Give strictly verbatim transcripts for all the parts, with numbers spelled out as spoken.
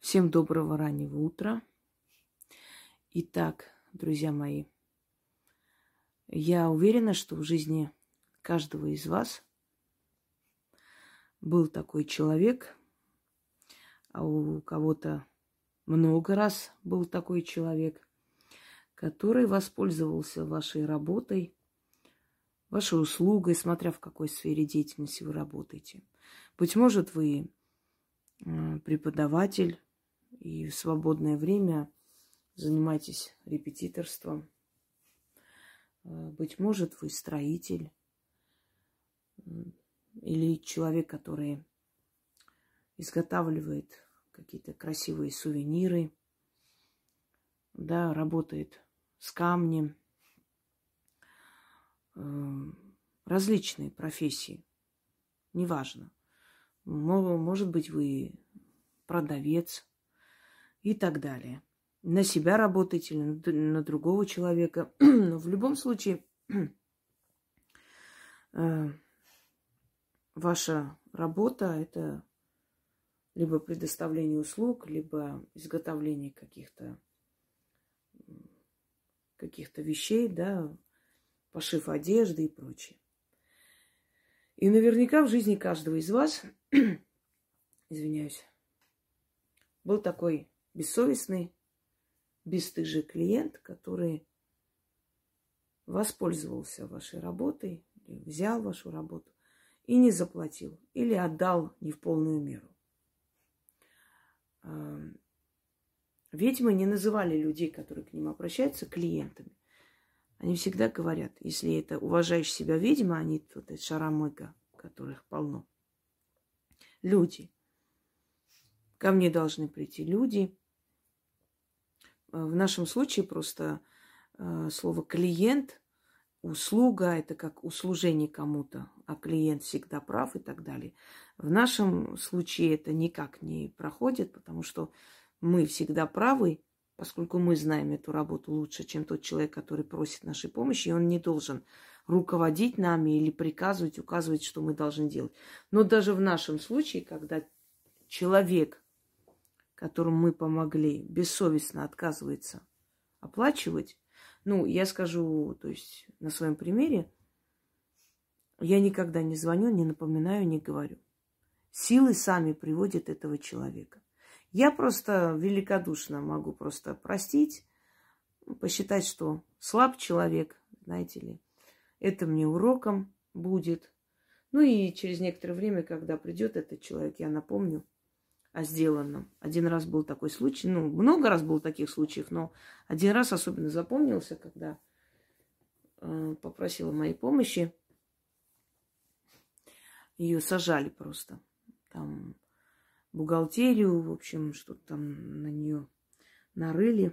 Всем доброго раннего утра. Итак, друзья мои, я уверена, что в жизни каждого из вас был такой человек, а у кого-то много раз был такой человек, который воспользовался вашей работой, вашей услугой, смотря в какой сфере деятельности вы работаете. Быть может, вы преподаватель, и в свободное время занимаетесь репетиторством. Быть может, вы строитель или человек, который изготавливает какие-то красивые сувениры, да, работает с камнем. Различные профессии, неважно. Может быть, вы продавец и так далее. На себя работаете или на другого человека. Но в любом случае ваша работа – это либо предоставление услуг, либо изготовление каких-то каких-то вещей, да, пошив одежды и прочее. И наверняка в жизни каждого из вас, извиняюсь, был такой бессовестный, бесстыжий клиент, который воспользовался вашей работой, взял вашу работу и не заплатил, или отдал не в полную меру. Ведьмы не называли людей, которые к ним обращаются, клиентами. Они всегда говорят, если это уважающая себя ведьма, они тут это шарамыга, которых полно. Люди. Ко мне должны прийти люди. В нашем случае просто э, слово клиент, услуга, это как услужение кому-то, а клиент всегда прав и так далее. В нашем случае это никак не проходит, потому что мы всегда правы, поскольку мы знаем эту работу лучше, чем тот человек, который просит нашей помощи, и он не должен руководить нами или приказывать, указывать, что мы должны делать. Но даже в нашем случае, когда человек, которому мы помогли, бессовестно отказывается оплачивать, ну, я скажу, то есть на своем примере, я никогда не звоню, не напоминаю, не говорю. Силы сами приводят этого человека. Я просто великодушно могу просто простить, посчитать, что слаб человек, знаете ли, это мне уроком будет. Ну и через некоторое время, когда придет этот человек, я напомню о сделанном. Один раз был такой случай, ну, много раз было таких случаев, но один раз особенно запомнился, когда э, попросила моей помощи. Ее сажали просто. Там бухгалтерию, в общем, что-то там на нее нарыли.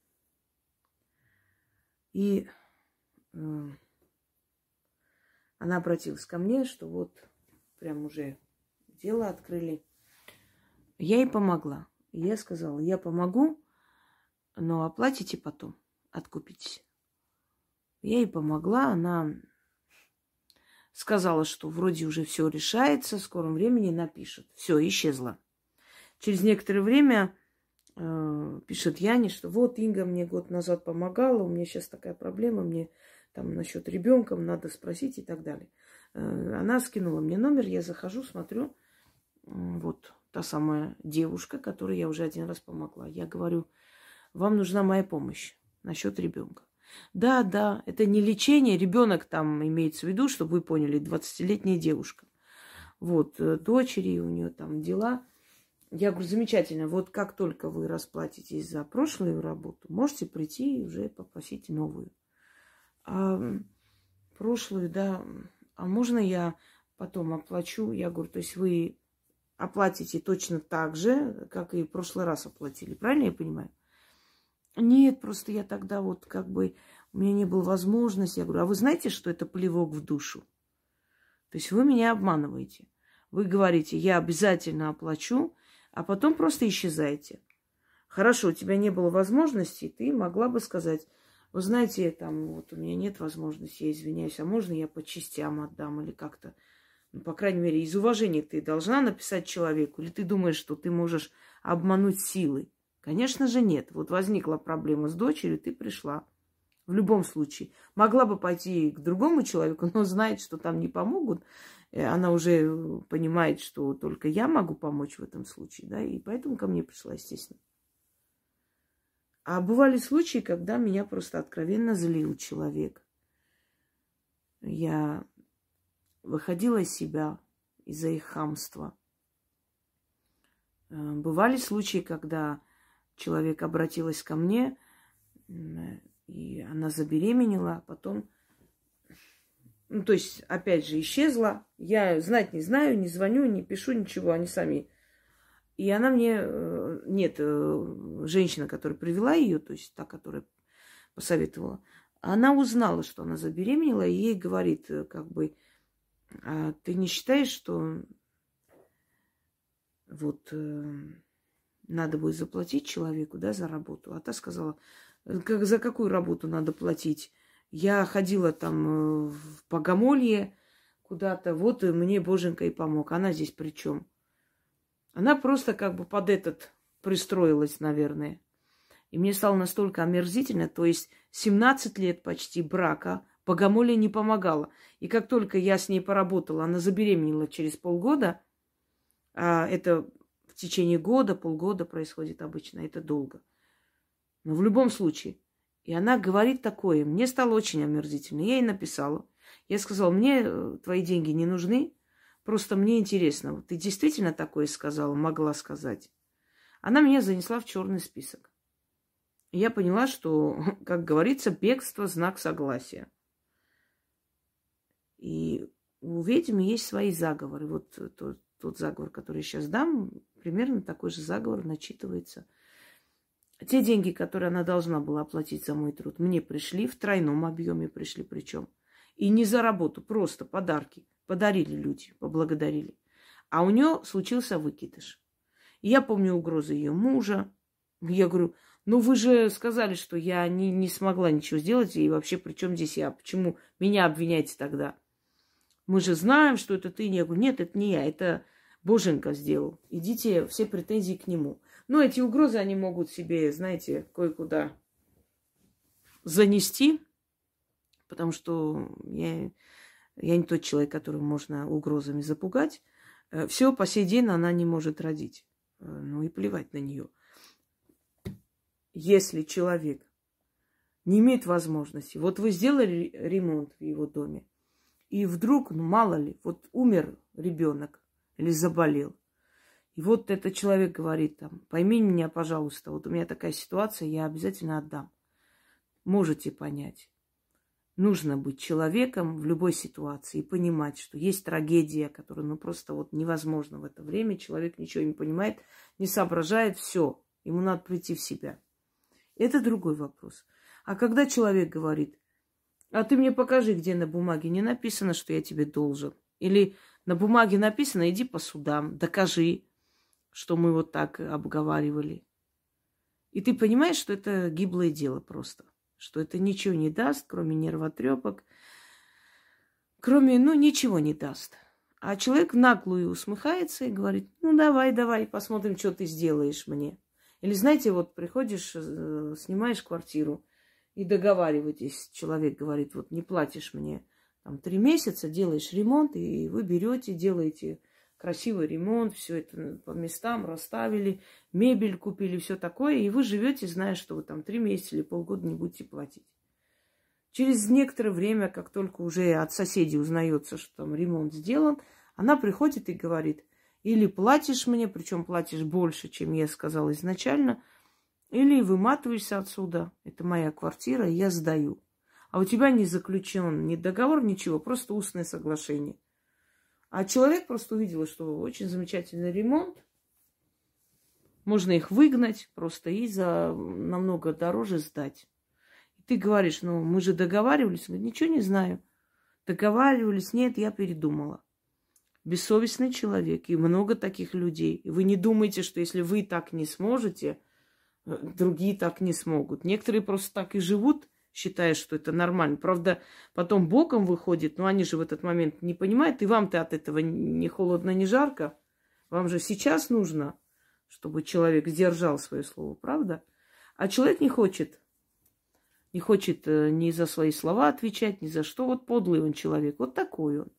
И э, она обратилась ко мне, что вот прям уже дело открыли. Я ей помогла. И я сказала, я помогу, но оплатите потом, откупитесь. Я ей помогла, она сказала, что вроде уже все решается, в скором времени напишет. Все, исчезла. Через некоторое время э, пишет Яне, что вот Инга мне год назад помогала, у меня сейчас такая проблема, мне там насчет ребенка надо спросить и так далее. Э, она скинула мне номер, я захожу, смотрю, э, вот та самая девушка, которой я уже один раз помогла. Я говорю, вам нужна моя помощь насчет ребенка. Да, да, это не лечение, ребенок там имеется в виду, чтобы вы поняли, двадцатилетняя девушка. Вот, дочери, у нее там дела. Я говорю, замечательно, вот как только вы расплатитесь за прошлую работу, можете прийти и уже попросить новую. А прошлую, да, а можно я потом оплачу? Я говорю, то есть вы оплатите точно так же, как и в прошлый раз оплатили. Правильно я понимаю? Нет, просто я тогда вот как бы, у меня не было возможности. Я говорю, а вы знаете, что это плевок в душу? То есть вы меня обманываете. Вы говорите, я обязательно оплачу, а потом просто исчезаете. Хорошо, у тебя не было возможности, ты могла бы сказать, вы знаете, там вот у меня нет возможности, я извиняюсь, а можно я по частям отдам или как-то? Ну, по крайней мере, из уважения ты должна написать человеку, или ты думаешь, что ты можешь обмануть силой? Конечно же нет. Вот возникла проблема с дочерью, ты пришла. В любом случае. Могла бы пойти к другому человеку, но знает, что там не помогут. Она уже понимает, что только я могу помочь в этом случае, да, и поэтому ко мне пришла, естественно. А бывали случаи, когда меня просто откровенно злил человек. Я выходила из себя из-за их хамства. Бывали случаи, когда человек обратилась ко мне, и она забеременела, а потом, ну, то есть, опять же, исчезла. Я знать не знаю, не звоню, не пишу, ничего, они сами. И она мне, нет, женщина, которая привела ее, то есть та, которая посоветовала, она узнала, что она забеременела, и ей говорит, как бы, а ты не считаешь, что вот надо будет заплатить человеку, да, за работу? А та сказала, как, за какую работу надо платить? Я ходила там в Богомолье куда-то, вот мне Боженька и помог. Она здесь при чем? Она просто как бы под этот пристроилась, наверное. И мне стало настолько омерзительно, то есть семнадцать лет почти брака Богомолье не помогала. И как только я с ней поработала, она забеременела через полгода, а это в течение года, полгода происходит обычно, это долго. Но в любом случае. И она говорит такое. Мне стало очень омерзительно. Я ей написала. Я сказала, мне твои деньги не нужны. Просто мне интересно, ты действительно такое сказала, могла сказать? Она меня занесла в черный список. И я поняла, что, как говорится, бегство – знак согласия. И у ведьм есть свои заговоры. Вот тот, тот заговор, который я сейчас дам, примерно такой же заговор начитывается. Те деньги, которые она должна была оплатить за мой труд, мне пришли, в тройном объеме пришли причем. И не за работу, просто подарки. Подарили люди, поблагодарили. А у нее случился выкидыш. И я помню угрозы ее мужа. Я говорю, ну вы же сказали, что я не, не смогла ничего сделать, и вообще при чем здесь я? Почему меня обвиняете тогда? Мы же знаем, что это ты. Я говорю, нет, это не я, это Боженька сделал. Идите, все претензии к нему. Но эти угрозы они могут себе, знаете, кое-куда занести, потому что я, я не тот человек, которого можно угрозами запугать. Все по сей день она не может родить. Ну и плевать на нее. Если человек не имеет возможности, вот вы сделали ремонт в его доме, и вдруг, ну мало ли, вот умер ребенок или заболел, и вот этот человек говорит там, пойми меня, пожалуйста, вот у меня такая ситуация, я обязательно отдам. Можете понять. Нужно быть человеком в любой ситуации и понимать, что есть трагедия, которая ну просто вот невозможно в это время. Человек ничего не понимает, не соображает, все. Ему надо прийти в себя. Это другой вопрос. А когда человек говорит, а ты мне покажи, где на бумаге не написано, что я тебе должен. Или на бумаге написано, иди по судам, докажи, что мы вот так обговаривали. И ты понимаешь, что это гиблое дело просто. Что это ничего не даст, кроме нервотрепок. Кроме, ну, ничего не даст. А человек наглую усмехается и говорит, ну, давай, давай, посмотрим, что ты сделаешь мне. Или, знаете, вот приходишь, снимаешь квартиру и договариваетесь. Человек говорит, вот не платишь мне там три месяца, делаешь ремонт, и вы берете, делаете красивый ремонт, все это по местам расставили, мебель купили, все такое, и вы живете, зная, что вы там три месяца или полгода не будете платить. Через некоторое время, как только уже от соседей узнается, что там ремонт сделан, она приходит и говорит, или платишь мне, причем платишь больше, чем я сказала изначально, или выматываешься отсюда, это моя квартира, я сдаю. А у тебя не заключен ни договор, ничего, просто устное соглашение. А человек просто увидел, что очень замечательный ремонт. Можно их выгнать просто и за намного дороже сдать. И ты говоришь, ну мы же договаривались. Он говорит, ничего не знаю. Договаривались, нет, я передумала. Бессовестный человек. И много таких людей. И вы не думаете, что если вы так не сможете, другие так не смогут. Некоторые просто так и живут считая, что это нормально. Правда, потом боком выходит, но они же в этот момент не понимают, и вам-то от этого ни холодно, ни жарко. Вам же сейчас нужно, чтобы человек сдержал свое слово, правда? А человек не хочет. Не хочет ни за свои слова отвечать, ни за что. Вот подлый он человек, вот такой он.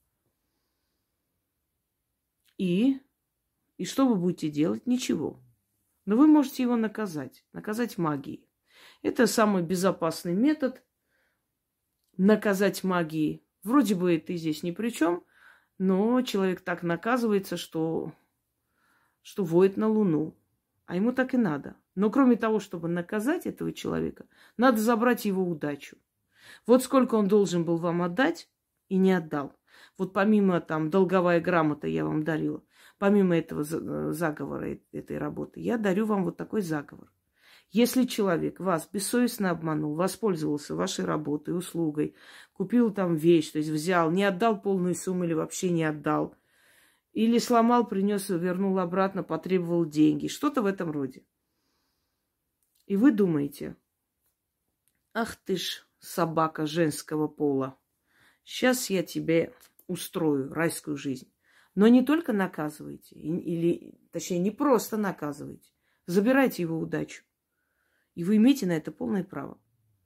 И, и что вы будете делать? Ничего. Но вы можете его наказать. Наказать магией. Это самый безопасный метод наказать магией. Вроде бы ты здесь ни при чем, но человек так наказывается, что, что воет на луну. А ему так и надо. Но кроме того, чтобы наказать этого человека, надо забрать его удачу. Вот сколько он должен был вам отдать и не отдал. Вот помимо там долговая грамота я вам дарила, помимо этого заговора, этой работы, я дарю вам вот такой заговор. Если человек вас бессовестно обманул, воспользовался вашей работой, услугой, купил там вещь, то есть взял, не отдал полную сумму или вообще не отдал, или сломал, принес, вернул обратно, потребовал деньги, что-то в этом роде. И вы думаете, ах ты ж собака женского пола, сейчас я тебе устрою райскую жизнь. Но не только наказывайте, или, точнее, не просто наказывайте, забирайте его удачу. И вы имеете на это полное право.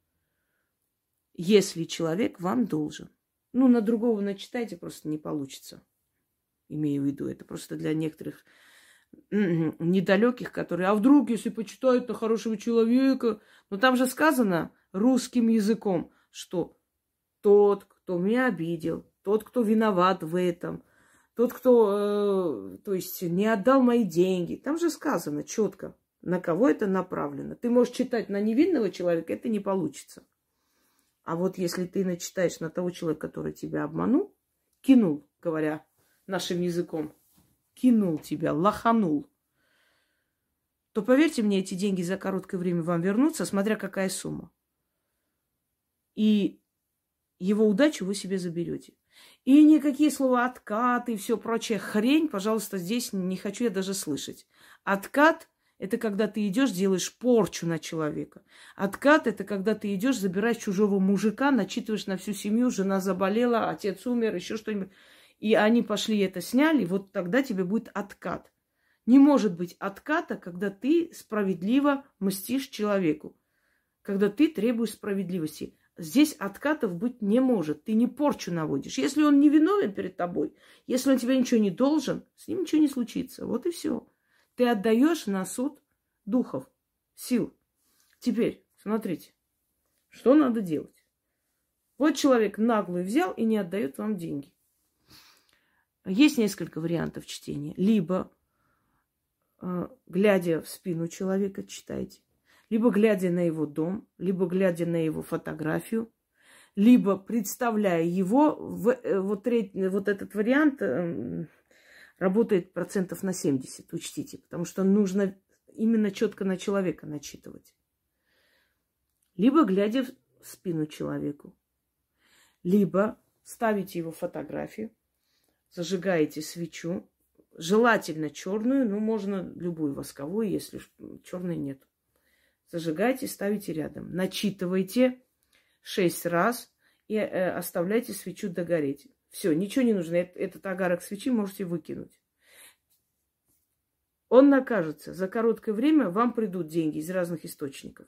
Если человек вам должен. Ну, на другого начитайте, просто не получится. Имею в виду, это просто для некоторых недалеких, которые, а вдруг, если почитают на хорошего человека, но там же сказано русским языком, что тот, кто меня обидел, тот, кто виноват в этом, тот, кто, э, то есть, не отдал мои деньги, там же сказано четко, на кого это направлено. Ты можешь читать на невинного человека, это не получится. А вот если ты начитаешь на того человека, который тебя обманул, кинул, говоря нашим языком, кинул тебя, лоханул, то, поверьте мне, эти деньги за короткое время вам вернутся, смотря какая сумма. И его удачу вы себе заберете. И никакие слова откат и все прочее хрень, пожалуйста, здесь не хочу я даже слышать. Откат – это когда ты идешь, делаешь порчу на человека. Откат – это когда ты идешь, забираешь чужого мужика, начитываешь на всю семью, жена заболела, отец умер, еще что-нибудь. И они пошли это сняли, вот тогда тебе будет откат. Не может быть отката, когда ты справедливо мстишь человеку, когда ты требуешь справедливости. Здесь откатов быть не может. Ты не порчу наводишь. Если он не виновен перед тобой, если он тебе ничего не должен, с ним ничего не случится. Вот и все. Ты отдаешь на суд духов, сил. Теперь, смотрите, что надо делать. Вот человек наглый взял и не отдает вам деньги. Есть несколько вариантов чтения. Либо, э, глядя в спину человека, читайте. Либо глядя на его дом, либо глядя на его фотографию, либо представляя его. В, э, вот, треть, вот этот вариант э, работает процентов на семьдесят, учтите. Потому что нужно именно четко на человека начитывать. Либо глядя в спину человеку. Либо ставите его фотографию. Зажигаете свечу, желательно черную, но можно любую восковую, если черной нет. Зажигайте, ставите рядом. Начитывайте шесть раз и э, оставляйте свечу догореть. Все, ничего не нужно. Этот огарок свечи можете выкинуть. Он накажется. За короткое время вам придут деньги из разных источников.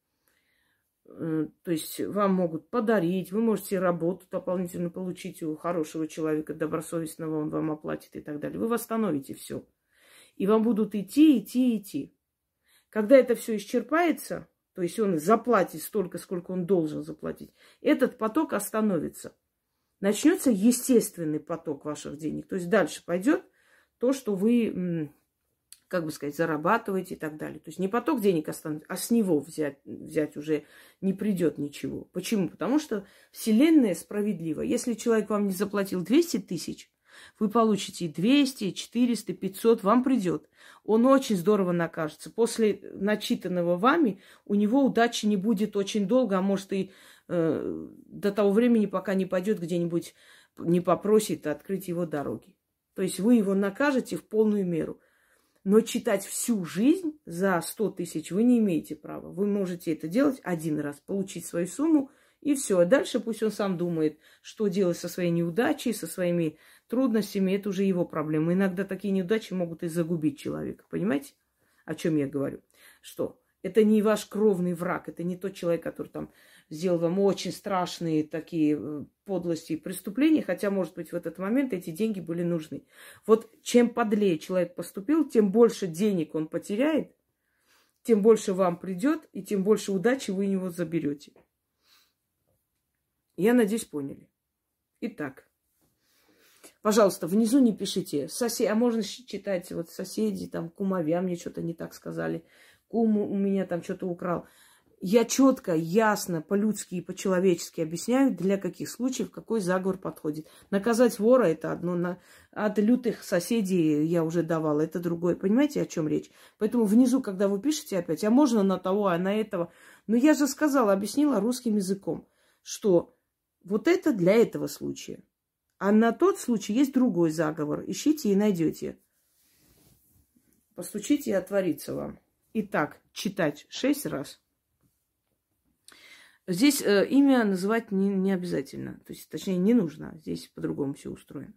То есть вам могут подарить, вы можете работу дополнительно получить у хорошего человека, добросовестного, он вам оплатит и так далее. Вы восстановите все. И вам будут идти, идти, идти. Когда это все исчерпается, то есть он заплатит столько, сколько он должен заплатить, этот поток остановится. Начнется естественный поток ваших денег. То есть дальше пойдет то, что вы, как бы сказать, зарабатываете и так далее. То есть не поток денег остановится, а с него взять, взять уже не придет ничего. Почему? Потому что Вселенная справедлива. Если человек вам не заплатил двести тысяч, вы получите двести, четыреста, пятьсот, вам придет. Он очень здорово накажется. После начитанного вами у него удачи не будет очень долго, а может и э, до того времени, пока не пойдет где-нибудь, не попросит открыть его дороги. То есть вы его накажете в полную меру. Но читать всю жизнь за сто тысяч вы не имеете права. Вы можете это делать один раз, получить свою сумму, и все. А дальше пусть он сам думает, что делать со своей неудачей, со своими трудностями. Это уже его проблема. Иногда такие неудачи могут и загубить человека. Понимаете, о чем я говорю? Что это не ваш кровный враг, это не тот человек, который там сделал вам очень страшные такие подлости и преступления, хотя, может быть, в этот момент эти деньги были нужны. Вот чем подлее человек поступил, тем больше денег он потеряет, тем больше вам придет, и тем больше удачи вы у него заберете. Я надеюсь, поняли. Итак, пожалуйста, внизу не пишите. Сосед... А можно читать, вот соседи, там, кумовья мне что-то не так сказали. Кум у меня там что-то украл. Я четко, ясно, по-людски и по-человечески объясняю, для каких случаев какой заговор подходит. Наказать вора – это одно. На... От лютых соседей я уже давала, это другое. Понимаете, о чем речь? Поэтому внизу, когда вы пишете опять, а можно на того, а на этого. Но я же сказала, объяснила русским языком, что вот это для этого случая. А на тот случай есть другой заговор. Ищите и найдете. Постучите, и отворится вам. Итак, читать шесть раз. Здесь э, имя называть не, не обязательно. То есть, точнее, не нужно. Здесь по-другому все устроено.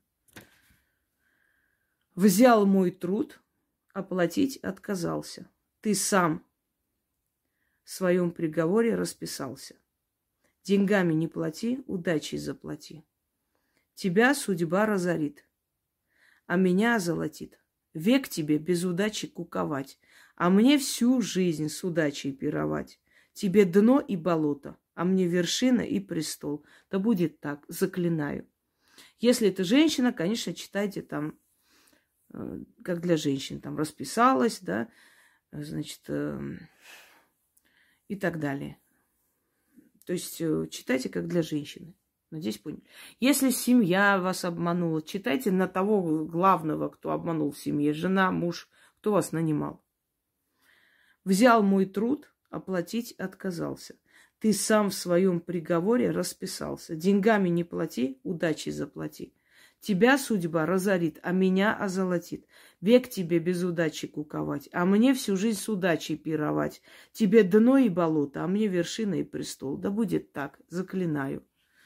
Взял мой труд, оплатить отказался. Ты сам в своем приговоре расписался. Деньгами не плати, удачей заплати. Тебя судьба разорит, а меня озолотит. Век тебе без удачи куковать, а мне всю жизнь с удачей пировать. Тебе дно и болото, а мне вершина и престол. Да будет так, заклинаю. Если это женщина, конечно, читайте там, э, как для женщин, там расписалась, да, значит, э, и так далее. То есть э, читайте, как для женщины. Надеюсь, поняли. Если семья вас обманула, читайте на того главного, кто обманул в семье. Жена, муж, кто вас нанимал. Взял мой труд, оплатить отказался. Ты сам в своем приговоре расписался. Деньгами не плати, удачей заплати. Тебя судьба разорит, а меня озолотит. Век тебе без удачи куковать, а мне всю жизнь с удачей пировать. Тебе дно и болото, а мне вершина и престол. Да будет так, заклинаю.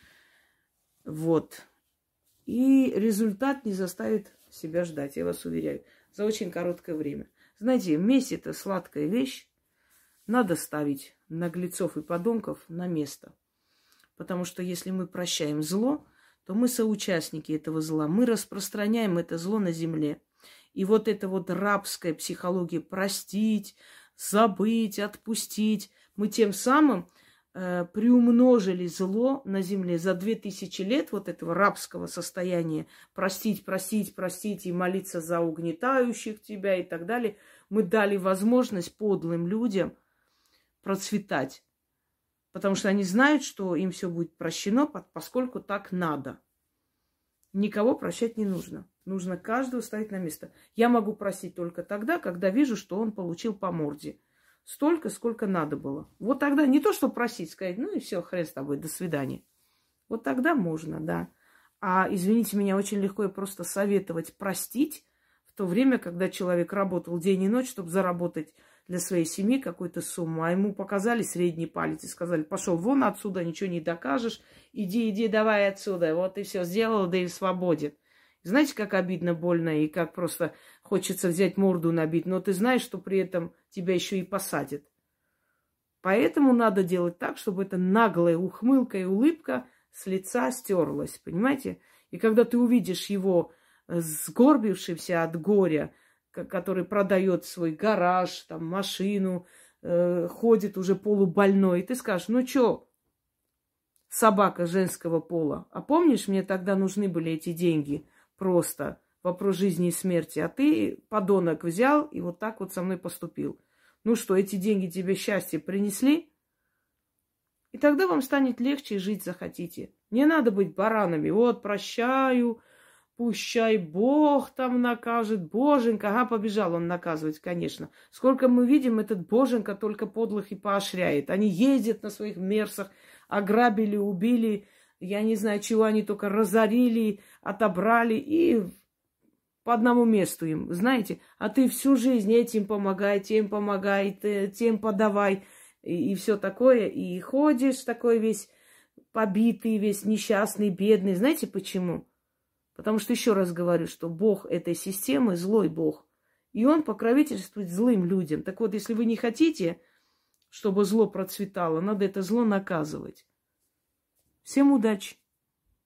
Вот. И результат не заставит себя ждать, я вас уверяю, за очень короткое время. Знаете, месть – это сладкая вещь. Надо ставить наглецов и подонков на место. Потому что если мы прощаем зло, то мы соучастники этого зла. Мы распространяем это зло на земле. И вот эта вот рабская психология простить, забыть, отпустить, мы тем самым э, приумножили зло на земле. За две тысячи лет вот этого рабского состояния простить, простить, простить и молиться за угнетающих тебя и так далее, мы дали возможность подлым людям процветать. Потому что они знают, что им все будет прощено, поскольку так надо. Никого прощать не нужно. Нужно каждого ставить на место. Я могу просить только тогда, когда вижу, что он получил по морде. Столько, сколько надо было. Вот тогда не то, что просить, сказать, ну и все, хрен с тобой, до свидания. Вот тогда можно, да. А, извините меня, очень легко и просто советовать простить в то время, когда человек работал день и ночь, чтобы заработать для своей семьи какую-то сумму, а ему показали средний палец и сказали, пошел вон отсюда, ничего не докажешь, иди, иди, давай отсюда, вот и все сделал, да и свободен. Знаете, как обидно, больно и как просто хочется взять морду набить, но ты знаешь, что при этом тебя еще и посадят. Поэтому надо делать так, чтобы эта наглая ухмылка и улыбка с лица стерлась, понимаете? И когда ты увидишь его сгорбившимся от горя, который продает свой гараж, там, машину, э, ходит уже полубольной, и ты скажешь, ну что, собака женского пола, а помнишь, мне тогда нужны были эти деньги, просто вопрос жизни и смерти, а ты, подонок, взял и вот так вот со мной поступил. Ну что, эти деньги тебе счастье принесли? И тогда вам станет легче и жить захотите. Не надо быть баранами, вот, прощаю, пущай Бог там накажет, Боженька. Ага, побежал он наказывать, конечно. Сколько мы видим, этот Боженька только подлых и поощряет. Они ездят на своих мерсах, ограбили, убили, я не знаю, чего они только разорили, отобрали. И по одному месту им, знаете, а ты всю жизнь этим помогай, тем помогай, тем подавай, и, и все такое, и ходишь такой весь побитый, весь несчастный, бедный. Знаете почему? Потому что, еще раз говорю, что Бог этой системы злой Бог. И он покровительствует злым людям. Так вот, если вы не хотите, чтобы зло процветало, надо это зло наказывать. Всем удачи!